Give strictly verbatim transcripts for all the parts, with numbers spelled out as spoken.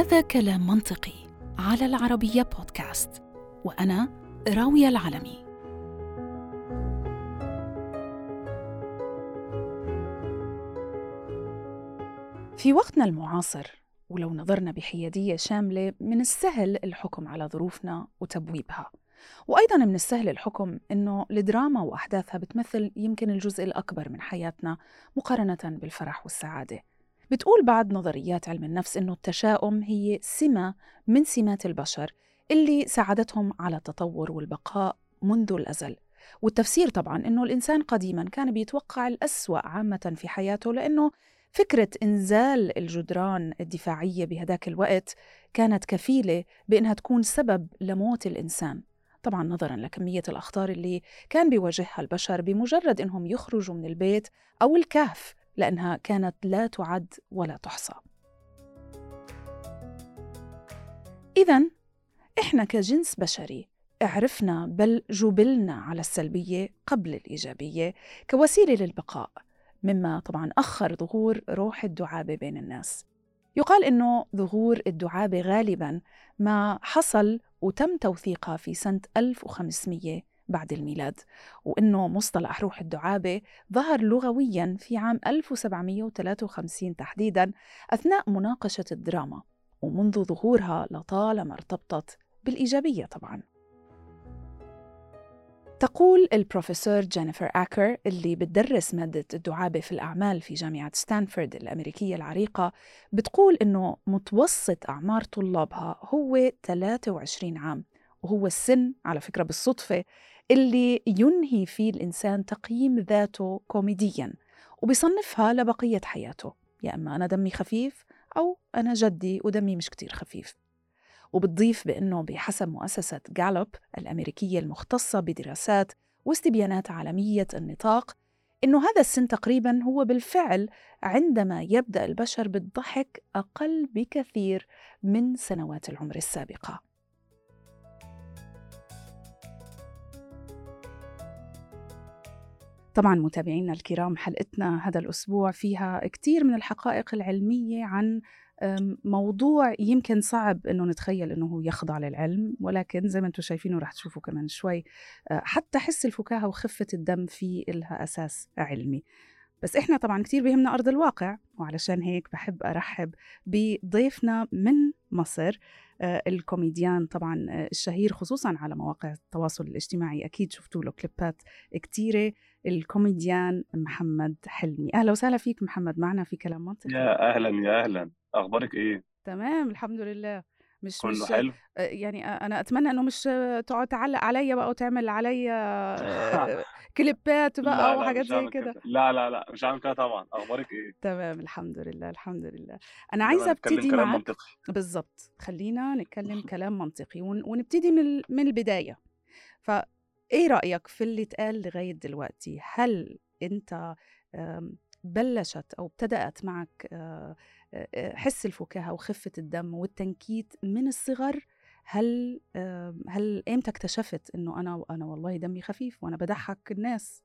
هذا كلام منطقي على العربية بودكاست، وأنا راوية العلمي. في وقتنا المعاصر، ولو نظرنا بحيادية شاملة، من السهل الحكم على ظروفنا وتبويبها، وأيضاً من السهل الحكم إنه الدراما وأحداثها بتمثل يمكن الجزء الأكبر من حياتنا مقارنة بالفرح والسعادة. بتقول بعض نظريات علم النفس إنه التشاؤم هي سمة من سمات البشر اللي ساعدتهم على التطور والبقاء منذ الأزل. والتفسير طبعاً إنه الإنسان قديماً كان بيتوقع الأسوأ عامة في حياته، لأنه فكرة إنزال الجدران الدفاعية بهداك الوقت كانت كفيلة بأنها تكون سبب لموت الإنسان، طبعاً نظراً لكمية الأخطار اللي كان بيواجهها البشر بمجرد إنهم يخرجوا من البيت أو الكهف، لأنها كانت لا تعد ولا تحصى. إذن إحنا كجنس بشري عرفنا بل جبلنا على السلبية قبل الإيجابية كوسيلة للبقاء، مما طبعاً أخر ظهور روح الدعابة بين الناس. يقال إنه ظهور الدعابة غالباً ما حصل وتم توثيقها في سنة ألف وخمسمية بعد الميلاد، وإنه مصطلح روح الدعابة ظهر لغوياً في عام ألف وسبعمية وثلاثة وخمسين تحديداً أثناء مناقشة الدراما، ومنذ ظهورها لطالما ارتبطت بالإيجابية طبعاً. تقول البروفيسور جينيفر آكر اللي بتدرس مادة الدعابة في الأعمال في جامعة ستانفورد الأمريكية العريقة، بتقول إنه متوسط أعمار طلابها هو ثلاثة وعشرين عام، وهو السن على فكرة بالصدفة اللي ينهي فيه الإنسان تقييم ذاته كوميدياً وبيصنفها لبقية حياته، يا أما أنا دمي خفيف أو أنا جدي ودمي مش كتير خفيف. وبتضيف بأنه بحسب مؤسسة غالوب الأمريكية المختصة بدراسات واستبيانات عالمية النطاق، إنه هذا السن تقريباً هو بالفعل عندما يبدأ البشر بالضحك أقل بكثير من سنوات العمر السابقة. طبعاً متابعينا الكرام، حلقتنا هذا الأسبوع فيها كتير من الحقائق العلمية عن موضوع يمكن صعب أنه نتخيل أنه يخضع للعلم، ولكن زي ما أنتم شايفينه رح تشوفوا كمان شوي حتى حس الفكاهة وخفة الدم في إلها أساس علمي. بس إحنا طبعاً كتير بيهمنا أرض الواقع، وعلشان هيك بحب أرحب بضيفنا من مصر، الكوميديان طبعاً الشهير خصوصاً على مواقع التواصل الاجتماعي، أكيد شفتوا له كليبات كتيرة، الكوميديان محمد حلمي. أهلا وسهلا فيك محمد معنا في كلام منطقي. يا أهلا يا أهلا، أخبارك إيه؟ تمام الحمد لله. مش كله مش حلو؟ يعني أنا أتمنى إنه مش تقعد تعلق عليا بقى وتعمل عليا كليبات بقى لا لا وحاجات مش زي هعمل كده. كده، لا لا لا مش هعمل كده طبعا. أخبارك إيه؟ تمام الحمد لله الحمد لله. أنا يلا عايزة نتكلم أبتدي كلام معك. منطقي. بالضبط، خلينا نتكلم كلام منطقي ون- ونبتدي من من البداية. فإيه رأيك في اللي اتقال لغاية دلوقتي؟ هل أنت آم، بلشت أو ابتدأت معك آه، آه، حس الفكاهة وخفة الدم والتنكيت من الصغر؟ هل آم، هل إمتى اكتشفت إنه أنا أنا والله دمي خفيف وأنا بضحك الناس؟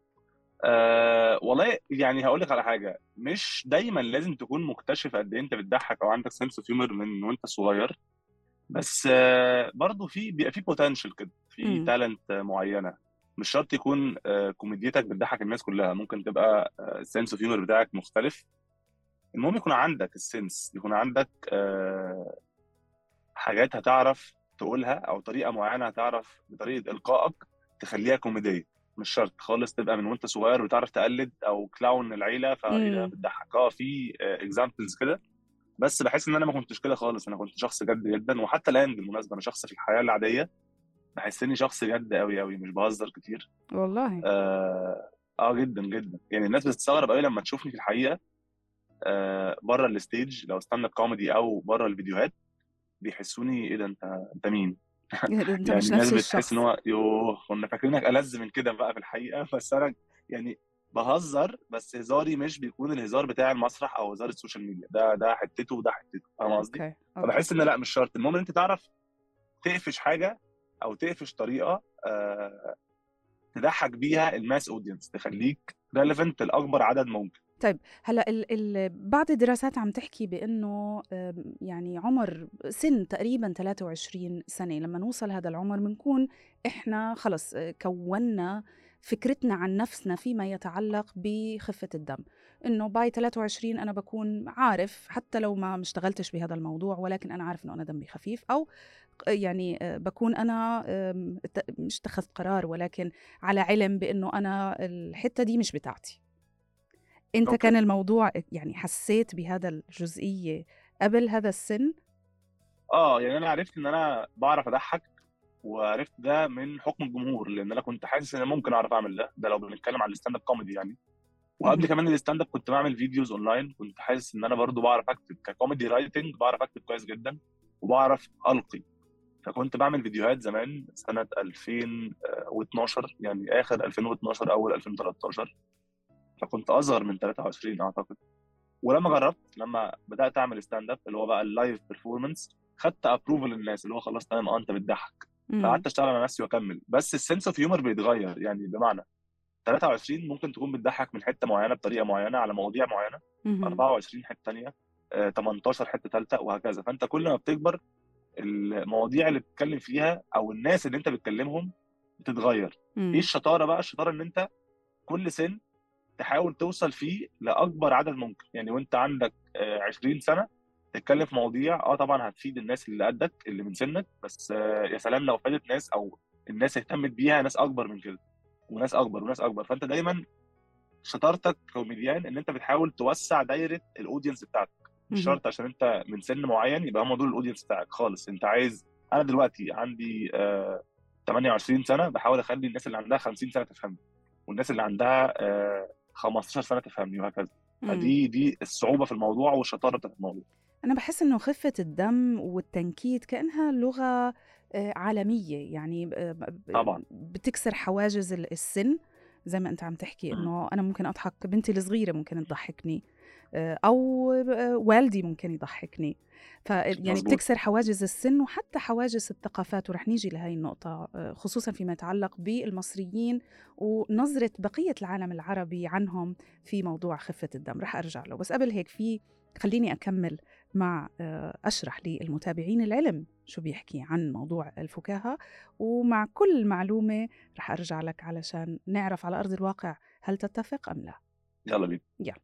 أه والله يعني هقول لك على حاجة، مش دايما لازم تكون مكتشف قد إيه أنت بتضحك أو عندك سنس اوف هيومر من وأنت صغير، بس أه برضه في بيبقى في بوتنشال كده، في امم تالنت معينة. مش شرط يكون أه كوميديتك بتضحك الناس كلها، ممكن تبقى السنس اوف هيومر بتاعك مختلف. المهم يكون عندك السنس، يكون عندك أه حاجات هتعرف تقولها او طريقه معينه هتعرف بطريقه القائك تخليها كوميديه. مش شرط خالص تبقى من وانت صغير وتعرف تقلد او كلاون العيله فايه ده امم بتضحك. اه في اكزامبلز كده، بس بحس ان انا ما كنتش كده خالص. انا كنت شخص جد جدا، وحتى الان بالمناسبه انا شخص في الحياه العاديه بحس اني شخص جد قوي قوي، مش بهزر كتير. والله. اه, آه جدا جدا. يعني الناس بتستغرب قوي لما تشوفني في الحقيقه آه بره الستيج، لو ستاند اب كوميدي او بره الفيديوهات، بيحسوني ايه ده، انت انت مين؟ أنت يعني مش الناس نفس بتحس ان الشخص. هو يوه كنا فاكرينك ألذ من كده بقى في الحقيقه. بس انا يعني بهزر، بس هزاري مش بيكون الهزار بتاع المسرح او هزار السوشيال ميديا. ده ده حتته وده حتته، فاهم قصدي؟ أوكي أوكي. فبحس ان لا، مش شرط. المهم ان انت تعرف تقفش حاجه او تقفش طريقه آه تضحك بيها الماس اودينس، تخليك ريليفنت لاكبر عدد ممكن. طيب هلا ال ال بعض الدراسات عم تحكي بانه آم، يعني عمر سن تقريبا ثلاثة وعشرين سنه، لما نوصل هذا العمر بنكون احنا خلص آه، كونا فكرتنا عن نفسنا فيما يتعلق بخفه الدم، انه باي ثلاثة وعشرين انا بكون عارف حتى لو ما اشتغلتش بهذا الموضوع، ولكن انا عارف انه انا دمي خفيف، او يعني آه، بكون انا آم، ت- مش اتخذت قرار ولكن على علم بانه انا الحته دي مش بتاعتي. أنت اوكي. كان الموضوع يعني حسّيت بهذا الجزئية قبل هذا السن؟ اه يعني انا عرفت ان انا بعرف اضحك، وعرفت ده من حكم الجمهور، لان انا كنت حاسس ان أنا ممكن اعرف اعمل ده ده لو بنتكلم عن الستاند اب كوميدي يعني. وقبل اهم، كمان الستاند اب كنت بعمل فيديوز اونلاين، كنت حاسس ان انا برضو بعرف اكتب ككوميدي رايتنج، بعرف اكتب كويس جدا وبعرف القي. فكنت بعمل فيديوهات زمان سنه ألفين واتناشر، يعني اخر ألفين واتناشر اول ألفين وتلتاشر، فكنت اصغر من ثلاثة وعشرين اعتقد. ولما جربت، لما بدات اعمل ستاند اب اللي هو بقى اللايف بيرفورمانس، خدت ابروفل الناس اللي هو خلاص تمام، اه انت بتضحك. إمم، فقعدت اشتغل على نفسي واكمل. بس السنس اوف هيومر بيتغير، يعني بمعنى ثلاثة وعشرين ممكن تكون بتضحك من حته معينه بطريقه معينه على مواضيع معينه، اهم، أربعة وعشرين حته ثانيه، تمنتاشر حته ثالثه، وهكذا. فانت كل ما بتكبر المواضيع اللي بتتكلم فيها او الناس اللي انت بتكلمهم بتتغير. ايه إمم، الشطاره بقى؟ الشطاره ان انت كل سن تحاول توصل فيه لاكبر عدد ممكن. يعني وانت عندك آه، عشرين سنه تتكلم في مواضيع اه طبعا هتفيد الناس اللي قدك اللي من سنك، بس آه، يا سلام لو فادت ناس، او الناس اهتمت بيها ناس اكبر من كده، وناس اكبر وناس اكبر. فانت دايما شطارتك كوميديان ان انت بتحاول توسع دايره الاودينس بتاعتك. مش اهم، شرط عشان انت من سن معين يبقى هم دول الاودينس بتاعك خالص. انت عايز، انا دلوقتي عندي آه ثمانية وعشرين سنه، بحاول اخلي الناس اللي عندها خمسين سنه تفهمني، والناس اللي عندها آه خمستاشر سنه تفهمني، وهكذا. إمم. فدي دي الصعوبه في الموضوع والشطاره بتاعت الموضوع. أنا باحس إنه خفة الدم والتنكيت كأنها لغة آآ عالمية، يعني ب ب طبعا. بتكسر حواجز ال السن، زي ما أنت عم تحكي مم. إنه أنا ممكن أضحك، بنتي الصغيرة ممكن تضحكني، آآ أو آآ والدي ممكن يضحكني، ف يعني مظبوط. بتكسر حواجز السن وحتى حواجز الثقافات، ورح نيجي لهي النقطة آآ خصوصًا فيما يتعلق بالمصريين ونظرة بقية العالم العربي عنهم في موضوع خفة الدم، رح أرجع له، بس قبل هيك في خلّيني أكمّل مع آآ أشرح للمتابعين العلم شو بيحكي عن موضوع الفُكاهة، ومع كل معلومة رح أرجع لك علشان نعرف على أرض الواقع هل تتّفق أم لا؟ يلا بينا. يالّا.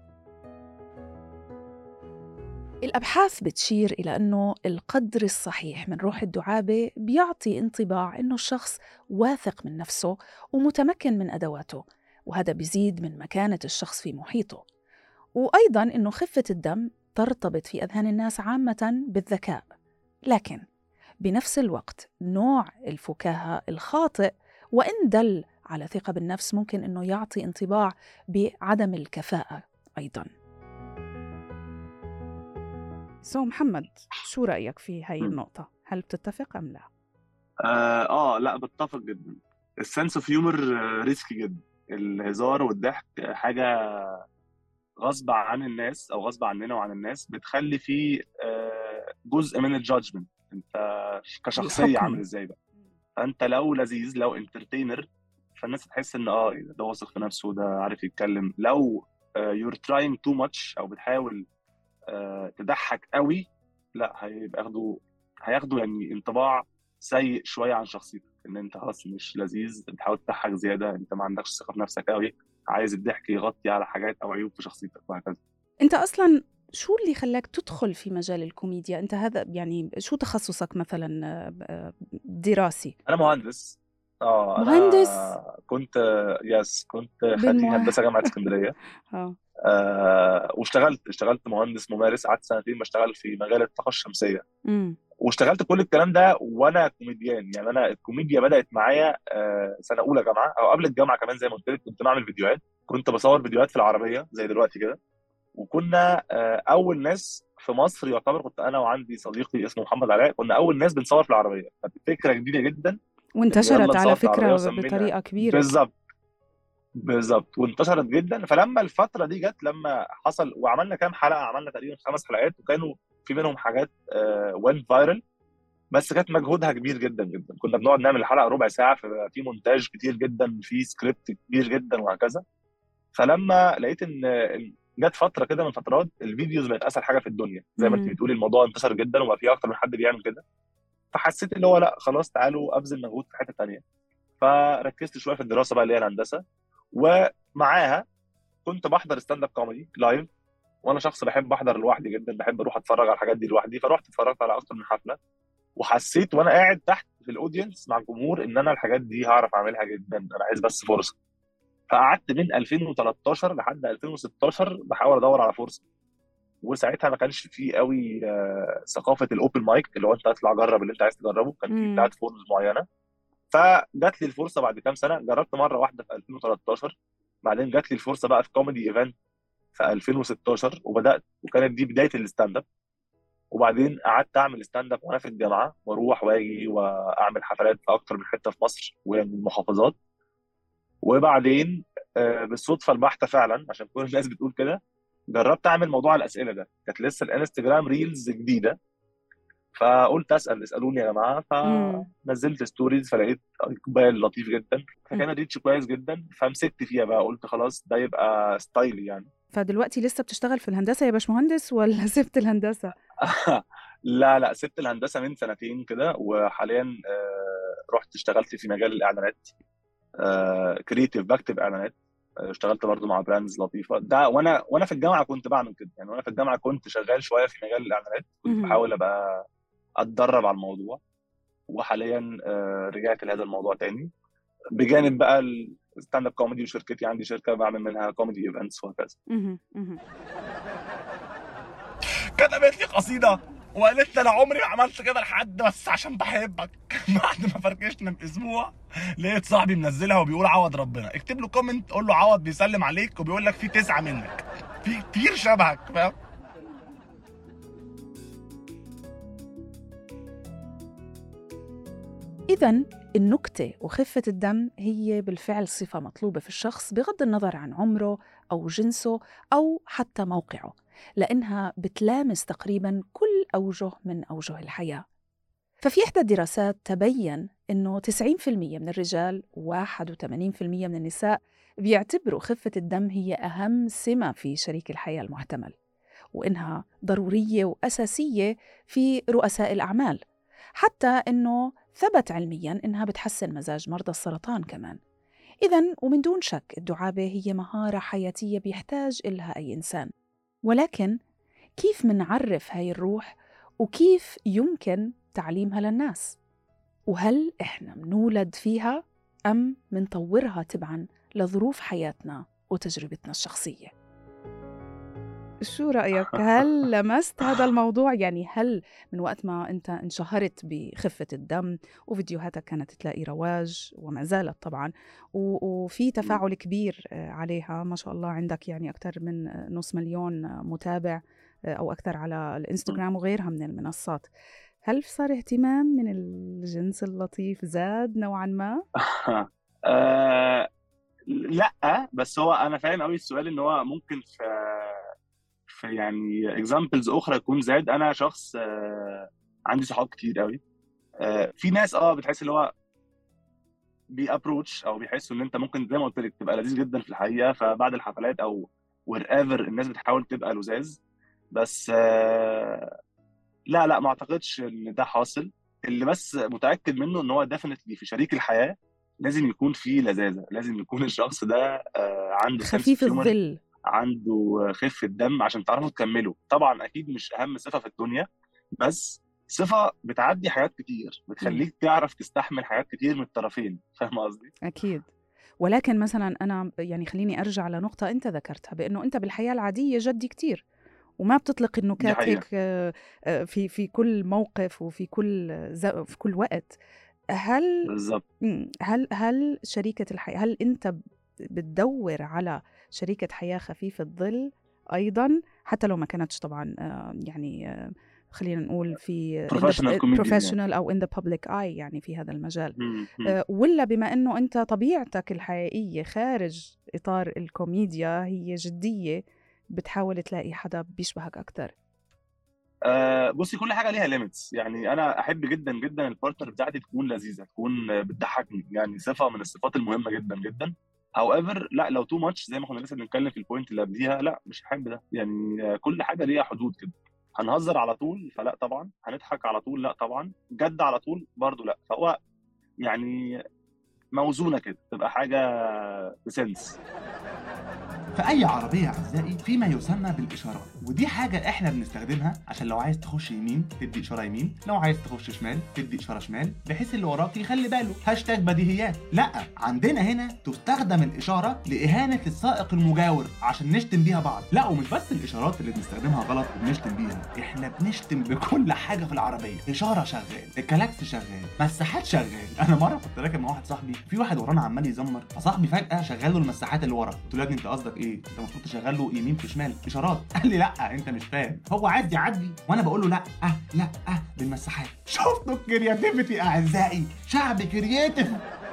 الأبحاث بتشير إلى أنه القدر الصحيح من روح الدعابة بيعطي انطباع أنه الشخص واثق من نفسه ومتمكن من أدواته، وهذا بيزيد من مكانة الشخص في محيطه. وأيضاً أنه خفة الدم ترتبط في أذهان الناس عامةً بالذكاء، لكن بنفس الوقت نوع الفكاهة الخاطئ وإن دل على ثقة بالنفس ممكن أنه يعطي انطباع بعدم الكفاءة أيضاً. سو محمد، شو رأيك في هاي مم. النقطة؟ هل بتتفق أم لا؟ اه آه، لا بتفق جدا. السنس اوف هيومر ريسكي جدا. الهزار والضحك حاجه غصب عن الناس او غصب عننا وعن الناس، بتخلي فيه آه، جزء من الجادجمنت. انت كشخصيه عامل الحكم. ازاي بقى. فانت لو لذيذ، لو انترتينر، فالناس تحس ان اه إيه ده ده واثق في نفسه، ده عارف يتكلم. لو يور تراينج تو ماتش، او بتحاول آه، تضحك قوي، لا هيبقى ياخدوا هياخدوا يعني انطباع سيء شويه عن شخصيتك، ان انت خلاص مش لذيذ، بتحاول تضحك زياده، انت ما عندكش ثقه في نفسك قوي، عايز الضحك يغطي على حاجات او عيوب في شخصيتك، وهكذا. أنت أصلاً شو اللي خلاك تدخل في مجال الكوميديا؟ أنت هذا يعني شو تخصصك مثلاً آه، آه، دراسي؟ انا مهندس. اه مهندس؟ انا كنت يس كنت خريج بالمه... هندسه جامعه اسكندريه. آه. آه واشتغلت اشتغلت مهندس ممارس، قعدت سنتين بشتغل في مجال الطاقه الشمسيه. امم. واشتغلت كل الكلام ده وانا كوميديان. يعني انا الكوميديا بدات معايا آه سنه اولى جامعه، او قبل الجامعه كمان. زي ما قلت لك كنت بعمل فيديوهات، كنت بصور فيديوهات في العربيه زي دلوقتي كده. وكنا آه اول ناس في مصر يعتبر، كنت انا وعندي صديقي اسمه محمد علاء، كنا اول ناس بنصور في العربيه. كانت فكره جديده جدا ان يلا وانتشرت على نصور في العربيه، فكرة وسمينا بطريقة كبيرة. بالظبط. بالظبط، وانتشرت جدا. فلما الفتره دي جت، لما حصل وعملنا كام حلقه، عملنا تقريبا خمس حلقات، وكانوا في منهم حاجات وين فايرال. بس كانت مجهودها كبير جدا جدا. كنا بنقعد نعمل الحلقه ربع ساعه، فبقى في مونتاج كتير جدا، في سكريبت كبير جدا، وهكذا. فلما لقيت ان ال- جت فتره كده من فترات الفيديوز بقت اسهل حاجه في الدنيا، زي ما انت مم. بتقولي الموضوع انتشر جدا وبقى في اكتر من حد بيعمل كده. فحسيت اللي هو لا خلاص تعالوا ابذل مجهود في حته تانيه. فركزت شويه في الدراسه بقى اللي هي الهندسه، ومعاها كنت بحضر ستاند اب كوميدي لايف. وانا شخص بحب احضر لوحدي جدا، بحب اروح اتفرج على الحاجات دي لوحدي. فرحت اتفرجت على اكتر من حفله، وحسيت وانا قاعد تحت في الاودينس مع الجمهور ان انا الحاجات دي هعرف اعملها جدا، انا عايز بس فرصه. فقعدت من ألفين وتلتاشر لحد ألفين وستاشر بحاول ادور على فرصه. وساعتها ما كانش فيه قوي آه، ثقافه الاوبن مايك، اللي هو انت هتطلع جرب اللي انت عايز تجربه. كان في مم. بلاتفورمز معينه. فجات لي الفرصه بعد كام سنه، جربت مره واحده في ألفين وتلتاشر. بعدين جات لي الفرصه بقى في كوميدي ايفنت في ألفين وستاشر وبدات، وكانت دي بدايه الستاند اب. وبعدين قعدت اعمل ستاند اب وانا في الجامعه، واروح واجي واعمل حفلات في اكتر من حته في مصر ومن المحافظات. وبعدين آه، بالصدفه البحته فعلا، عشان كل الناس بتقول كده، جربت اعمل موضوع الاسئله ده. كانت لسه الانستجرام ريلز جديده، فقلت اسال اسالوني يا جماعه. مم. فنزلت ستوريز فلقيت اقبال لطيف جدا، مم. فكان الريتش كويس جدا. فمسكت فيها بقى، قلت خلاص ده يبقى ستايلي يعني. فدلوقتي لسه بتشتغل في الهندسة يا باشمهندس ولا سبت الهندسة؟ لا لا، سبت الهندسه من سنتين كده، وحاليا آه، رحت اشتغلت في مجال الاعلانات. كريتيف، بكتب اعلانات. آه، اشتغلت برضو مع براندز لطيفه ده. وانا وانا في الجامعه كنت بعمل كده يعني. وانا في الجامعه كنت شغال شويه في مجال الاعلانات، كنت مهم. بحاول ابقى اتدرب على الموضوع. وحاليا آه، رجعت لهذا الموضوع تاني، بجانب بقى الستاند اب كوميدي. وشركتي عندي شركه بعمل منها كوميدي ايفنتس وهكذا. مهم. مهم. كتبت لي قصيده وقالت لي انا عمري ما عملت كده لحد بس عشان بحبك. بعد ما فركشنا باسبوع لقيت صاحبي منزلها وبيقول عوض ربنا. اكتب له كومنت قول له عوض بيسلم عليك وبيقول لك في تسعه منك، في كتير شبهك، فاهم؟ إذن النكتة وخفة الدم هي بالفعل صفة مطلوبة في الشخص بغض النظر عن عمره أو جنسه أو حتى موقعه، لأنها بتلامس تقريباً كل أوجه من أوجه الحياة. ففي إحدى الدراسات تبين أنه تسعين بالمئة من الرجال وواحد وثمانين بالمئة من النساء بيعتبروا خفة الدم هي أهم سمة في شريك الحياة المحتمل، وإنها ضرورية وأساسية في رؤساء الأعمال، حتى إنه ثبت علمياً إنها بتحسن مزاج مرضى السرطان كمان. إذن ومن دون شك الدعابة هي مهارة حياتية بيحتاج إلها أي إنسان، ولكن كيف منعرف هاي الروح وكيف يمكن تعليمها للناس؟ وهل إحنا منولد فيها أم منطورها تبعاً لظروف حياتنا وتجربتنا الشخصية؟ شو رأيك؟ هل لمست هذا الموضوع؟ يعني هل من وقت ما أنت انشهرت بخفة الدم وفيديوهاتك كانت تلاقي رواج وما زالت طبعاً، و- وفي تفاعل كبير آه، عليها ما شاء الله، عندك يعني أكثر من آه، نص مليون آه، متابع آه، أو أكثر على الإنستغرام وغيرها من المنصات، هل صار اهتمام من الجنس اللطيف زاد نوعاً ما؟ آه لا، بس هو انا فاهم قوي السؤال، ان هو ممكن في في يعني اكزامبلز اخرى يكون زاد. انا شخص آه عندي صحاب كتير قوي. آه في ناس اه بتحس اللي هو بيابروتش او بيحسوا ان انت ممكن زي ما قلت لك تبقى لذيذ جدا في الحقيقه، فبعد الحفلات او وير ايفر الناس بتحاول تبقى لذاذ. بس آه لا لا، ما اعتقدش ان ده حاصل. اللي بس متاكد منه ان هو ديفنتلي في شريك الحياه لازم يكون في لذاذه، لازم يكون الشخص ده آه عنده سنس خفيف اوف هيومر، الظل. عنده خفه دم عشان تعرفوا تكملوا. طبعا اكيد مش اهم صفه في الدنيا، بس صفه بتعدي حاجات كتير، مم. بتخليك تعرف تستحمل حاجات كتير من الطرفين. فاهم قصدي؟ أكيد. ولكن مثلا أنا يعني خليني أرجع لنقطة أنت ذكرتها، بأنه أنت بالحياة العادية جدي كتير وما بتطلق دي النكات حقيقه. هيك آه، آه، في في كل موقف وفي كل ز- في كل وقت. هل بالظبط. مم، هل هل شريكة الحياة، هل أنت ب- بتدور على شريكة حياة خفيفة الظل أيضا، حتى لو ما كانتش طبعا آه، يعني آه، خلينا نقول في in the بروفيشنال كوميديان يعني. professional أو in the public eye يعني في هذا المجال، مم. مم. آه، ولا بما أنه أنت طبيعتك الحقيقية خارج إطار الكوميديا هي جدية، بتحاول تلاقي حدا بيشبهك أكتر؟ آه بصي، كل حاجه ليها ليميتس. يعني انا احب جدا جدا البارتنر بتاعتي تكون لذيذه، تكون بتضحكني. يعني صفه من الصفات المهمه جدا جدا. however لا لو تو ماتش زي ما كنا لسه بنتكلم في البوينت اللي قبليها، لا مش هحب ده. يعني كل حاجه ليها حدود كده. هنهزر على طول فلا طبعا، هنضحك على طول لا طبعا، جد على طول برضو لا. فهو يعني موزونه كده، تبقى حاجه بسنس. في أي عربية أعزائي في ما يسمى بالإشارات، ودي حاجة إحنا بنستخدمها عشان لو عايز تخش يمين تدي إشارة يمين، لو عايز تخش شمال تدي إشارة شمال، بحيث اللي وراك يخلي باله. هاشتاج بديهيات. لأ، عندنا هنا تستخدم الإشارة لإهانة السائق المجاور عشان نشتم بيها بعض. لأ، ومش بس الإشارات اللي بنستخدمها غلط وبنشتم بيها، إحنا بنشتم بكل حاجة في العربية. إشارة شغال، الكلاكس شغال، مساحات شغال. أنا مرة كنت راكب مع واحد صاحبي، في واحد ورانا عمال يزمر، فصاحبي فجأة شغل له المساحات اللي ورا. قلت له يا ابني أنت قصدك إيه؟ انت المفروض تشغل له يمين في شمال اشارات. قال لي لا انت مش فاهم، هو عادي يعدي وانا بقول له لا اه لا اه بالمساحات. شفتوا الكرياتيفيتي اعزائي؟ شعب كرياتيف.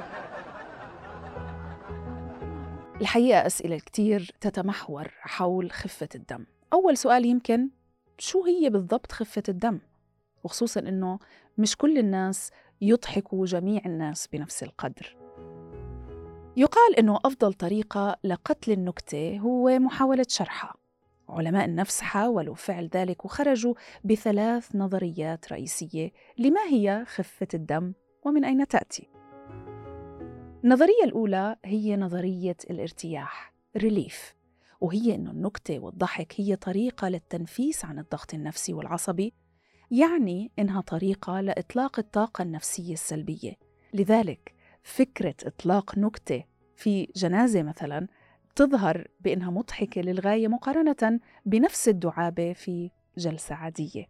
الحقيقة أسئلة كتير تتمحور حول خفة الدم. أول سؤال يمكن شو هي بالضبط خفة الدم؟ وخصوصاً إنه مش كل الناس يضحكوا جميع الناس بنفس القدر. يقال إنه أفضل طريقة لقتل النكتة هو محاولة شرحها. علماء النفس حاولوا فعل ذلك وخرجوا بثلاث نظريات رئيسية لما هي خفة الدم ومن أين تأتي. النظرية الأولى هي نظرية الارتياح ريليف، وهي إنه النكتة والضحك هي طريقة للتنفيس عن الضغط النفسي والعصبي، يعني إنها طريقة لإطلاق الطاقة النفسية السلبية. لذلك فكرة إطلاق نكتة في جنازة مثلاً تظهر بأنها مضحكة للغاية مقارنة بنفس الدعابة في جلسة عادية.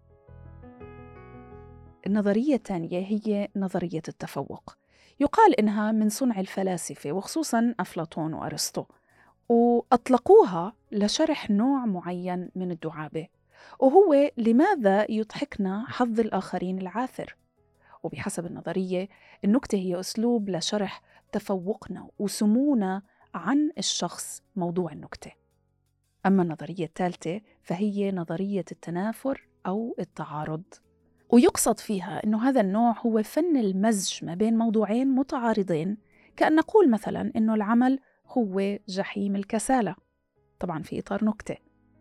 النظرية الثانية هي نظرية التفوق. يقال إنها من صنع الفلاسفة وخصوصاً أفلاطون وأرسطو، وأطلقوها لشرح نوع معين من الدعابة، وهو لماذا يضحكنا حظ الآخرين العاثر. وبحسب النظرية النكتة هي أسلوب لشرح تفوقنا وسمونا عن الشخص موضوع النكتة. أما النظرية الثالثة فهي نظرية التنافر أو التعارض، ويقصد فيها أنه هذا النوع هو فن المزج ما بين موضوعين متعارضين، كأن نقول مثلاً أنه العمل هو جحيم الكسالى، طبعاً في إطار نكتة.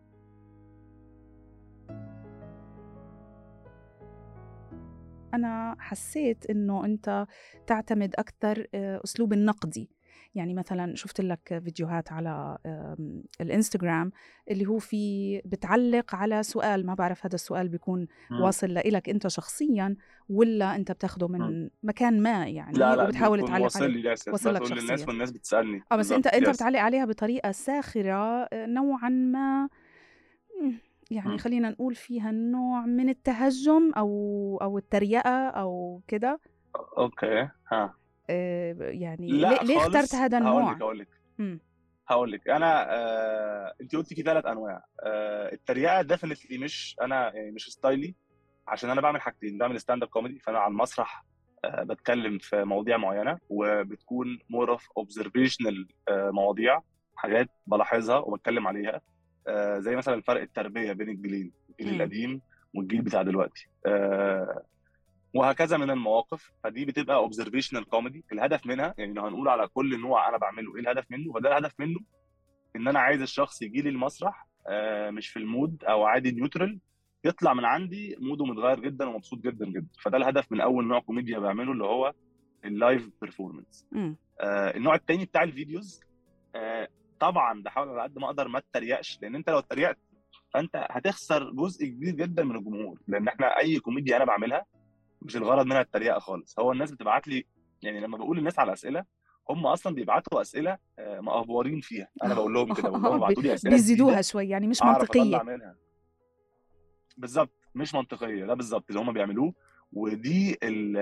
أنا حسيت أنه أنت تعتمد أكثر أسلوب النقدي. يعني مثلا شفت لك فيديوهات على الانستغرام اللي هو في بتعلق على سؤال، ما بعرف هذا السؤال بيكون مم. واصل لإلك أنت شخصيا ولا أنت بتاخده من مم. مكان ما يعني، لا لا وبتحاول بيكون تعلق واصل عليه. لي ياسر، واصل لك بقول للناس شخصيا والناس بتسألني اه بس انت بالظبط انت ياسر. بتعلق عليها بطريقة ساخرة نوعا ما، يعني مم. خلينا نقول فيها نوع من التهجم او او التريقة او كده. اوكي ها. آه، يعني ليه, لا ليه اخترت خالص، هذا هقول لك النوع؟ هقول لك مم. هقول لك انا آه... انت قلتي في ثلاث انواع. آه... التريقه ديفنتلي مش انا، يعني مش ستايلي، عشان انا بعمل حاجتين. بعمل ستاند اب كوميدي، فانا على المسرح آه... بتكلم في مواضيع معينه وبتكون مور اوف اوبزرفيشنال مواضيع، حاجات بلاحظها وبتكلم عليها. آه... زي مثلا فرق التربيه بين الجيلين، الجيل مم. القديم والجيل بتاع دلوقتي، آه... وهكذا من المواقف. فدي بتبقى اوبزرفيشنال كوميدي. الهدف منها يعني لو هنقول على كل نوع انا بعمله ايه الهدف منه، فده الهدف منه ان انا عايز الشخص يجي لي المسرح آه، مش في المود او عادي نيوترال، يطلع من عندي موده متغير جدا ومبسوط جدا جدا. فده الهدف من اول نوع كوميديا بعمله اللي هو اللايف بيرفورمانس. مم. آه، النوع الثاني بتاع الفيديوز، آه، طبعا بحاول على قد ما اقدر ما اتريقش، لان انت لو اتريقت فانت هتخسر جزء كبير جدا من الجمهور. لان احنا اي كوميديا انا بعملها مش الغرض منها التريقه خالص. هو الناس بتبعت لي، يعني لما بقول للناس على اسئله هم اصلا بيبعتوا اسئله آه، مأفورين فيها. انا بقول لهم كده، بقول لهم بي- ابعتوا لي اسئله بيزيدوها جديده شوي يعني مش اعرف اطلع منطقية. منها. بالظبط، مش منطقيه، ده بالظبط اللي هم بيعملوه. ودي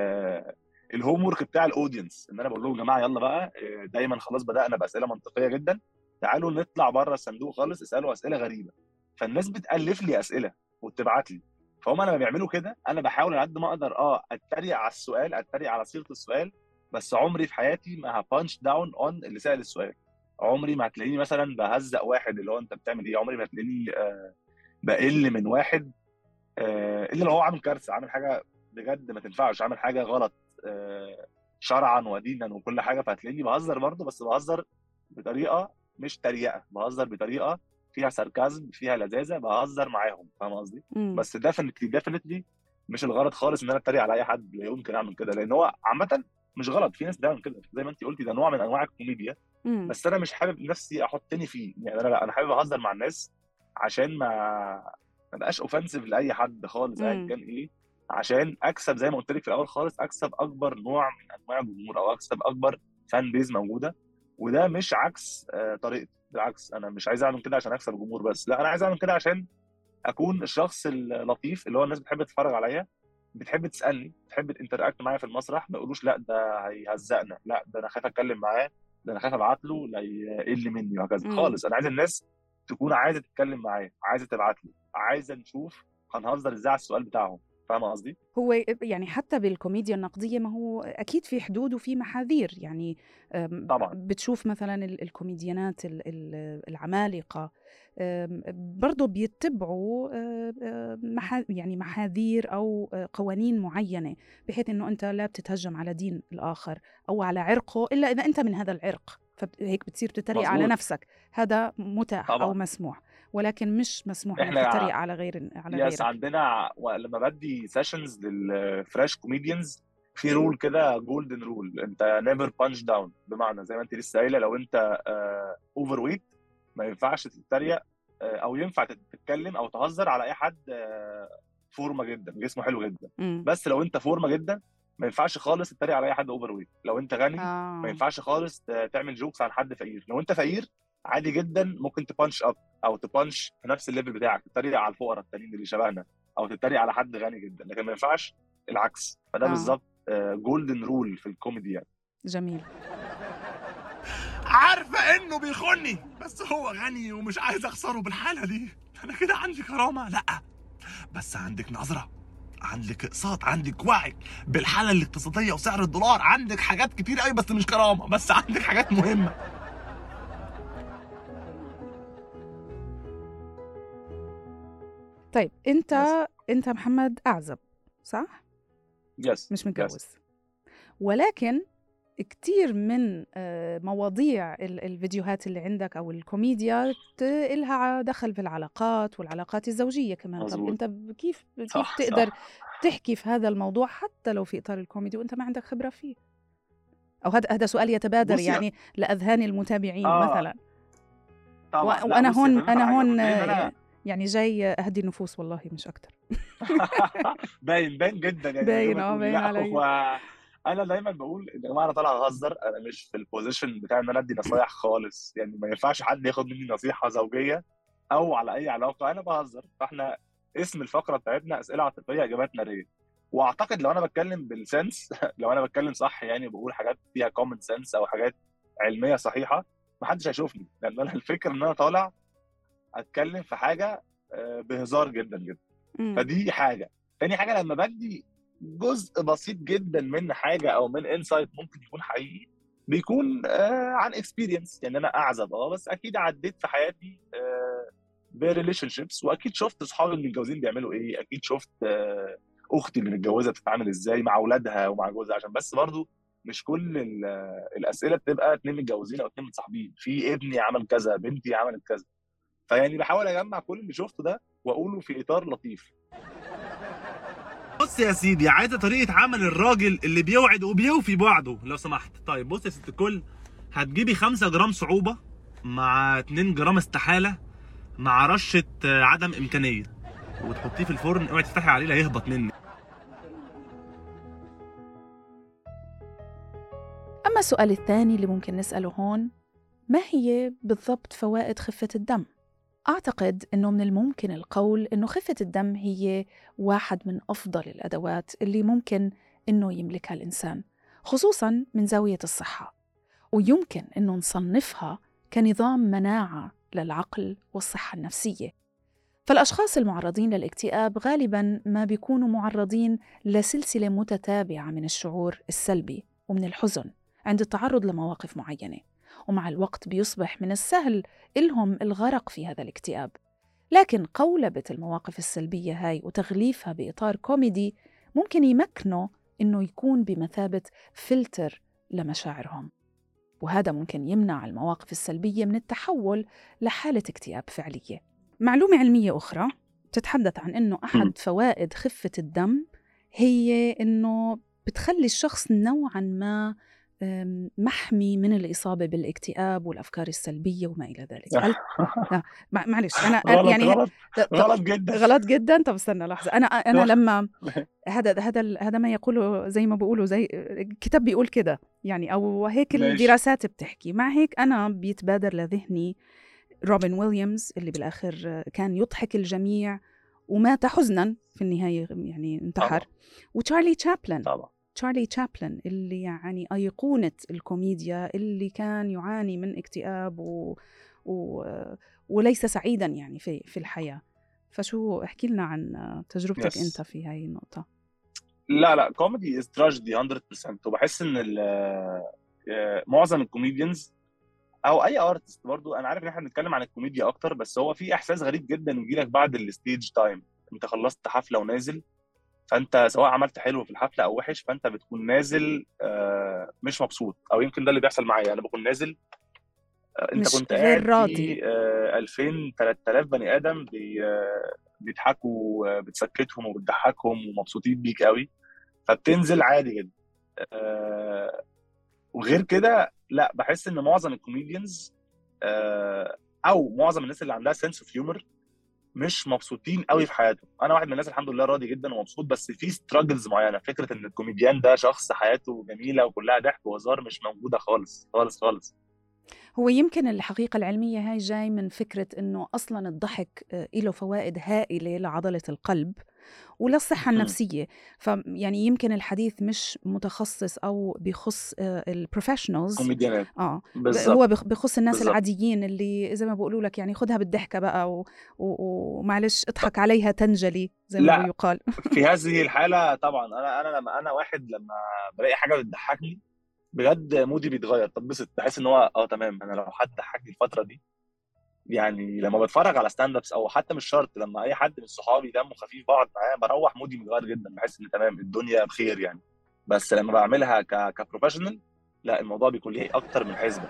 الهوم ورك بتاع الاودينس، ان انا بقول لهم يا جماعه يلا بقى، آه، دايما خلاص بدانا باسئله منطقيه جدا، تعالوا نطلع بره الصندوق خالص، اسالوا اسئله غريبه. فالناس بتالف لي اسئله وتبعت لي. فهم لما بيعملوا كده انا بحاول على قد ما اقدر اه اتريق على السؤال، اتريق على صيغه السؤال، بس عمري في حياتي ما هبانش داون اون اللي سال السؤال. عمري ما هتلاقيني مثلا بهزق واحد اللي هو انت بتعمل ايه، عمري ما هتلاقيني آه بقل من واحد آه الا لو هو عامل كارثه، عامل حاجه بجد ما تنفعش، عامل حاجه غلط آه شرعا ودينا وكل حاجه، فهتلاقيني بهزر برضه، بس بهزر بطريقه مش تريقه، بهزر بطريقه فيها ساركازم، فيها لذاذه، بهزر معاهم، فاهم قصدي؟ مم. بس ديفنتلي ديفنتلي مش الغرض خالص ان انا اتريق على اي حد، لا يمكن اعمل كده، لان هو عامه مش غلط، في ناس بتعمل كده زي ما انت قلتي، ده نوع من انواع الكوميديا. مم. بس انا مش حابب نفسي احطني فيه، يعني انا لا، انا حابب اهزر مع الناس عشان ما ما بقاش اوفنسيف لاي حد خالص ايا مم. كان ايه، عشان اكسب زي ما قلت لك في الاول خالص، اكسب اكبر نوع من انواع الجمهور او اكسب اكبر فان بيز موجوده. وده مش عكس آه، طريقتي، بالعكس انا مش عايز اعمل كده عشان اكسب الجمهور بس، لا انا عايز اعمل كده عشان اكون الشخص اللطيف اللي هو الناس بتحب تتفرج عليا، بتحب تسالني، بتحب تنتراكت معايا في المسرح، ما يقولوش لا ده هيهزقنا، لا ده انا خايف اتكلم معاه، ده انا خايف ابعت له لا يقل مني وهكذا مم. خالص. انا عايز الناس تكون عايزه تتكلم معايا، عايزه تبعت لي، عايزه نشوف هنهزر ازاي على السؤال بتاعهم، فاهم قصدي؟ هو يعني حتى بالكوميديا النقدية ما هو أكيد في حدود وفي محاذير، يعني أم، طبعا بتشوف مثلا ال- الكوميديانات ال- ال- العمالقة أم، برضو بيتبعوا أه، أه، محا- يعني محاذير أو أه، قوانين معينة، بحيث أنه أنت لا بتتهجم على دين الآخر أو على عرقه إلا إذا أنت من هذا العرق، فهيك بتصير تتريق على مظبوط نفسك. هذا متاح أو طبعا. مسموح، ولكن مش مسموح إنك احنا تتريق على غير على يس غيرك. عندنا و- لما بدي سيشنز للفريش كوميديانز في رول كده، جولدن رول، انت نيفر بانش داون، بمعنى زي ما انت لسه قايله، لو انت اوفر ويت ما ينفعش تتريق آه، او ينفع تتكلم او تهزر على اي حد آه، فورمه جدا، جسمه حلو جدا. مم. بس لو انت فورمه جدا ما ينفعش خالص تتريق على اي حد اوفر ويت. لو انت غني ما آه. ينفعش خالص ت- تعمل جوكس عن حد فقير. لو انت فقير عادي جدا ممكن تبانش اب او تبانش في نفس الليفل بتاعك، تتريق على الفقراء التانيين اللي شبهنا، او تتريق على حد غني جدا، لكن ما ينفعش العكس. فده آه. بالظبط جولدن رول في الكوميدي يعني. جميل. عارفه انه بيخوني بس هو غني ومش عايز اخسره بالحاله دي. انا كده عندي كرامه؟ لا، بس عندك نظره، عندك اقساط، عندك وعي بالحاله الاقتصاديه وسعر الدولار، عندك حاجات كتير قوي بس مش كرامه، بس عندك حاجات مهمه. طيب انت يس انت محمد اعزب صح؟ يس مش يس متجوز، ولكن كتير من آه، مواضيع ال- الفيديوهات اللي عندك او الكوميديا ت- إلها دخل في العلاقات والعلاقات الزوجية كمان. طب مظبوط. انت ب- كيف كيف صح تقدر صح. تحكي في هذا الموضوع حتى لو في اطار الكوميدي وانت ما عندك خبرة فيه؟ او هذا هذا سؤال يتبادر بصي يعني لاذهان المتابعين اه مثلا. و- طبعا، لا وانا بصي هون افهمك على انا حاجه، هون مبدئيا انا آه، يعني جاي اهدي النفوس والله مش اكتر. باين باين جدا يعني من غير باين ما اه تقولي. باين لا علي. هو انا دايما بقول يا جماعه انا طالع اهزر، انا مش في البوزيشن بتاع ان انا ادي نصايح خالص، يعني ما ينفعش حد ياخد مني نصيحه زوجيه او على اي علاقه، انا بهزر. فاحنا اسم الفقره بتاعتنا اسئله عاطفيه اجابات ناريه. واعتقد لو انا بتكلم بالسنس لو انا بتكلم صح يعني، بقول حاجات فيها كومن سنس او حاجات علميه صحيحه، محدش هيشوفني، لان انا الفكره ان انا طالع اتكلم في حاجه آه، بهزار جدا جدا. مم. فدي حاجه. تاني حاجه لما بدي جزء بسيط جدا من حاجه او من انسايت ممكن يكون حقيقي، بيكون آه عن اكسبيرينس، يعني انا اعزب اه بس اكيد عديت في حياتي آه بريليشن شيبس، واكيد شفت اصحابي اللي متجوزين بيعملوا ايه، اكيد شفت آه اختي اللي متجوزه بتتعامل ازاي مع اولادها ومع جوزها، عشان بس برضو مش كل ال- الاسئله بتبقى اتنين متجوزين او اتنين متصاحبين، في ابني عمل كذا، بنتي عملت كذا. فيعني بحاول اجمع كل اللي شفته ده واقوله في اطار لطيف. بص يا سيدي، عايزه طريقه عمل الراجل اللي بيوعد وبيوفي بوعده لو سمحت. طيب بص يا ست الكل، هتجيبي خمسة جرام صعوبه مع اتنين جرام استحاله مع رشه آه، عدم امكانيه، وتحطيه في الفرن. اوعي تفتحي عليه لا يهبط منك. أما السؤال الثاني اللي ممكن نسأله هون، ما هي بالضبط فوائد خفة الدم؟ أعتقد أنه من الممكن القول أنه خفة الدم هي واحد من أفضل الأدوات اللي ممكن أنه يملكها الإنسان، خصوصاً من زاوية الصحة، ويمكن أنه نصنفها كنظام مناعة للعقل والصحة النفسية. فالأشخاص المعرضين للاكتئاب غالباً ما بيكونوا معرضين لسلسلة متتابعة من الشعور السلبي ومن الحزن عند التعرض لمواقف معينة، ومع الوقت بيصبح من السهل إلهم الغرق في هذا الاكتئاب. لكن قولبة المواقف السلبية هاي وتغليفها بإطار كوميدي ممكن يمكنه إنه يكون بمثابة فلتر لمشاعرهم. وهذا ممكن يمنع المواقف السلبية من التحول لحالة اكتئاب فعلية. معلومة علمية أخرى تتحدث عن أنه أحد فوائد خفة الدم هي أنه بتخلي الشخص نوعاً ما محمي من الإصابة بالاكتئاب والأفكار السلبية وما إلى ذلك. لا معلش أنا غلط يعني غلط غلط جدا غلط جدا. طب استنى لحظة، أنا أنا لما هذا هذا هذا ما يقوله زي ما بيقولوا زي كتاب بيقول كده يعني، أو هيك الدراسات بتحكي. مع هيك أنا بيتبادر لذهني روبن ويليامز اللي بالآخر كان يضحك الجميع ومات حزنا في النهاية، يعني انتحر. وتشارلي تشابلن طبعا تشارلي تشابلن اللي يعني أيقونة الكوميديا، اللي كان يعاني من اكتئاب و... و... وليس سعيدا يعني في في الحياة. فشو احكي لنا عن تجربتك yes. أنت في هاي النقطة. لا لا كوميدي is tragedy مية بالمية. وبحس إن معظم الكوميديانز أو أي ارتست برضو، أنا عارف إن إحنا بنتكلم عن الكوميديا أكتر، بس هو في إحساس غريب جدا يجيلك بعد الستيج تايم. أنت خلصت حفلة ونازل، فانت سواء عملت حلو في الحفله او وحش، فانت بتكون نازل آه مش مبسوط، او يمكن ده اللي بيحصل معايا. انا بكون نازل آه انت كنت قاعد في آه ألفين ثلاثة آلاف بني ادم بي آه بيضحكوا، بتسكتهم وبتضحكهم ومبسوطين بيك قوي، فبتنزل عادي جدا. آه وغير كده لا، بحس ان معظم الكوميديانز آه او معظم الناس اللي عندها سنس اوف هيومر مش مبسوطين قوي في حياتهم. انا واحد من الناس الحمد لله راضي جدا ومبسوط، بس في ستراجلز معينه. فكره ان الكوميديان ده شخص حياته جميله وكلها ضحك وهزار مش موجوده خالص خالص خالص. هو يمكن الحقيقة العلمية هاي جاي من فكرة انه اصلا الضحك له فوائد هائلة لعضلة القلب وللصحة النفسية. فيعني يمكن الحديث مش متخصص أو بخص البروفيشنالز كوميديانات آه بالزبط. هو بخص الناس بالزبط. العاديين اللي زي ما بقولوا لك يعني خدها بالضحكة بقى ومعلش اضحك عليها تنجلي زي ما بيقال. في هذه الحالة طبعا أنا أنا لما أنا واحد لما بلاقي حاجة بتضحكني بجد مودي بيتغير، طبست بحس إن هو اه تمام. أنا لو حد ضحكني الفترة دي، يعني لما بتفرج على ستاند ابس او حتى مش شرط، لما اي حد من صحابي دمه خفيف بقعد معاه بروح مودي متغير جدا، بحس ان تمام الدنيا بخير يعني. بس لما بعملها ك كبروفيشنال لا، الموضوع بيكون ليه اكتر من حسبه.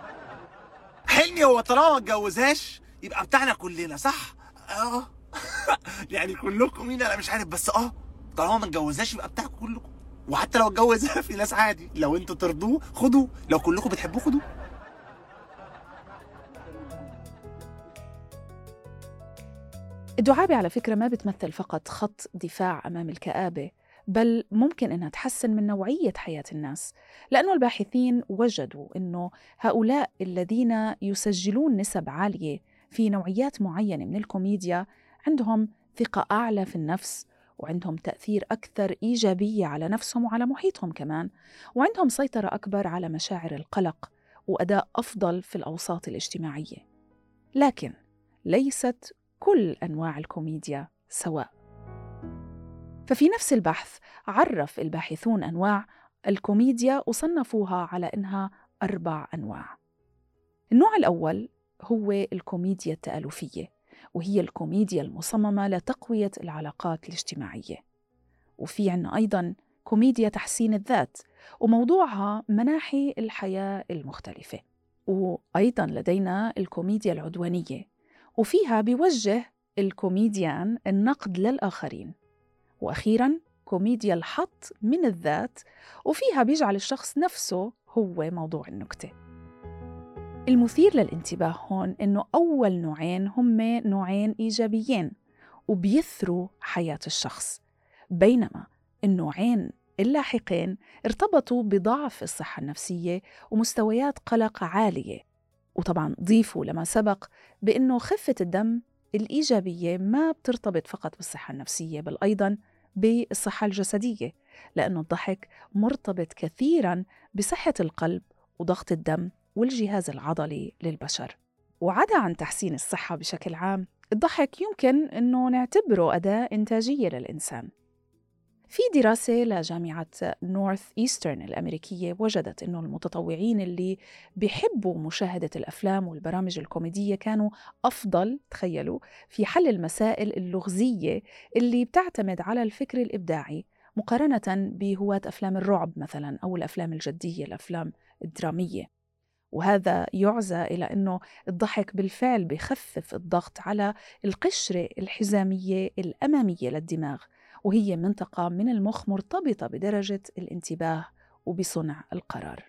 حلمي هو طالما ما اتجوزهاش يبقى بتاعنا كلنا صح؟ اه يعني كلكم مين انا مش عارف، بس اه طالما ما اتجوزهاش يبقى بتاعكم كلكم. وحتى لو اتجوزها في ناس عادي، لو انتوا ترضوه خدوه، لو كلكم بتحبوه خدوه. الدعابة على فكرة ما بتمثل فقط خط دفاع أمام الكآبة، بل ممكن أنها تحسن من نوعية حياة الناس، لأنه الباحثين وجدوا أنه هؤلاء الذين يسجلون نسب عالية في نوعيات معينة من الكوميديا عندهم ثقة أعلى في النفس، وعندهم تأثير أكثر إيجابية على نفسهم وعلى محيطهم كمان، وعندهم سيطرة أكبر على مشاعر القلق وأداء أفضل في الأوساط الاجتماعية. لكن ليست كل أنواع الكوميديا سواء. ففي نفس البحث عرف الباحثون أنواع الكوميديا وصنفوها على إنها أربع أنواع. النوع الأول هو الكوميديا التآلفية، وهي الكوميديا المصممة لتقوية العلاقات الاجتماعية. وفي عنا أيضاً كوميديا تحسين الذات، وموضوعها مناحي الحياة المختلفة. وأيضاً لدينا الكوميديا العدوانية، وفيها بيوجه الكوميديان النقد للآخرين. وأخيراً كوميديا الحط من الذات، وفيها بيجعل الشخص نفسه هو موضوع النكتة. المثير للانتباه هون إنه أول نوعين هم نوعين إيجابيين وبيثروا حياة الشخص، بينما النوعين اللاحقين ارتبطوا بضعف الصحة النفسية ومستويات قلق عالية. وطبعاً ضيفوا لما سبق بأنه خفة الدم الإيجابية ما بترتبط فقط بالصحة النفسية، بل أيضاً بالصحة الجسدية، لأنه الضحك مرتبط كثيراً بصحة القلب وضغط الدم والجهاز العضلي للبشر. وعدا عن تحسين الصحة بشكل عام، الضحك يمكن أنه نعتبره أداة إنتاجية للإنسان. في دراسة لجامعة نورث إيسترن الأمريكية وجدت أنه المتطوعين اللي بيحبوا مشاهدة الأفلام والبرامج الكوميدية كانوا أفضل، تخيلوا، في حل المسائل اللغزية اللي بتعتمد على الفكر الإبداعي مقارنة بهواة أفلام الرعب مثلا أو الأفلام الجدية، الأفلام الدرامية. وهذا يعزى إلى أنه الضحك بالفعل بيخفف الضغط على القشرة الحزامية الأمامية للدماغ، وهي منطقة من المخ مرتبطة بدرجة الانتباه وبصنع القرار.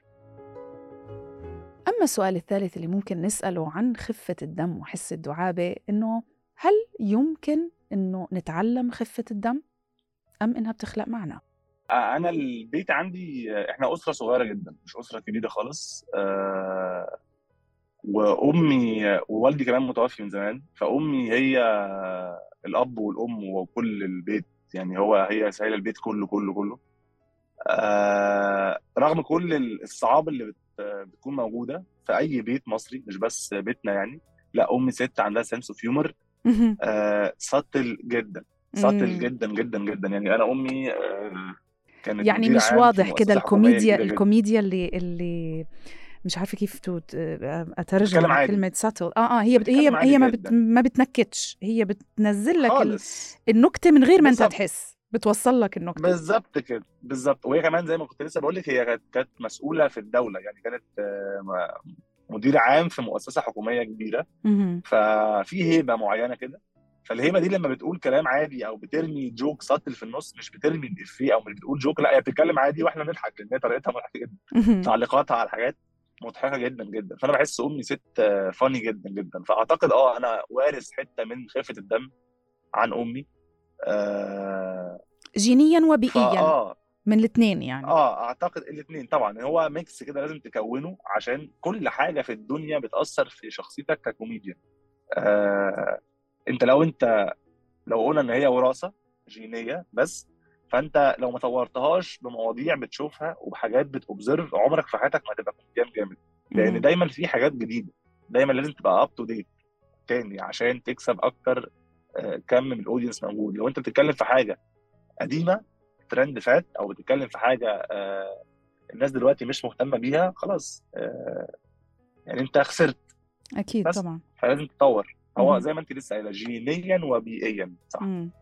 أما السؤال الثالث اللي ممكن نسأله عن خفة الدم وحس الدعابة، إنه هل يمكن إنه نتعلم خفة الدم أم إنها بتخلق معنا؟ انا البيت عندي، احنا اسره صغيره جدا، مش اسره كبيره خالص. أه وامي ووالدي كمان متوفي من زمان، فامي هي الاب والام وكل البيت، يعني هو هي سايله البيت كله كله كله. أه رغم كل الصعاب اللي بت بتكون موجوده في اي بيت مصري، مش بس بيتنا يعني، لا امي ست عندها سنس اوف هيومر أه سطل جدا، سطل جدا جدا جدا. يعني انا امي أه كانت يعني مدير مش عام في واضح كده مؤسسه حكوميه الكوميديا كبيره جدا. الكوميديا اللي اللي مش عارفه كيف توت اترجم بتتكلم عادي، كلمه ساتل. اه اه هي بت... هي بتتكلم عادي هي ما بت... جدا ما بتنكتش، هي بتنزل لك ال... خالص. النكته من غير ما انت بالظبط تحس، بتوصل لك النكته. بالظبط كده بالظبط. وهي كمان زي ما كنت لسه بقول لك، هي كانت كانت مسؤوله في الدوله، يعني كانت آه، مدير عام في مؤسسه حكوميه كبيره، مهم. ففي هيبه معينه كده. فالهيبه دي لما بتقول كلام عادي او بترمي جوك سطل في النص، مش بترمي الافيه او مش بتقول جوك، لا هي بتتكلم عادي واحنا بنضحك، لان هي طريقتها مضحكه جدا، مهم. تعليقاتها على الحاجات مضحكه جدا جدا. فانا بحس امي ست فاني جدا جدا. فاعتقد اه انا وارث حته من خفه الدم عن امي. آه جينيا وبيئيا، فاه من الاثنين يعني. اه اعتقد الاثنين طبعا، هو ميكس كده لازم تكونه، عشان كل حاجه في الدنيا بتاثر في شخصيتك ككوميديان. آه انت لو انت لو قلنا ان هي وراثه جينيه بس، فانت لو ما طورتهاش بمواضيع بتشوفها وبحاجات بتوبزرف، عمرك في حياتك ما هتبقى كوميديان جامد، لان مهم. دايما في حاجات جديده، دايما لازم تبقى اب تو ديت تاني عشان تكسب اكتر آه، كم من الاودينس موجود. لو انت بتتكلم في حاجه قديمه، ترند فات، او بتتكلم في حاجه آه، الناس دلوقتي مش مهتمه بيها، خلاص آه، يعني انت خسرت. اكيد بس طبعا. فلازم تطور، هو مهم. زي ما انت لسه قايله، جينيا وبيئيا، صح. مم.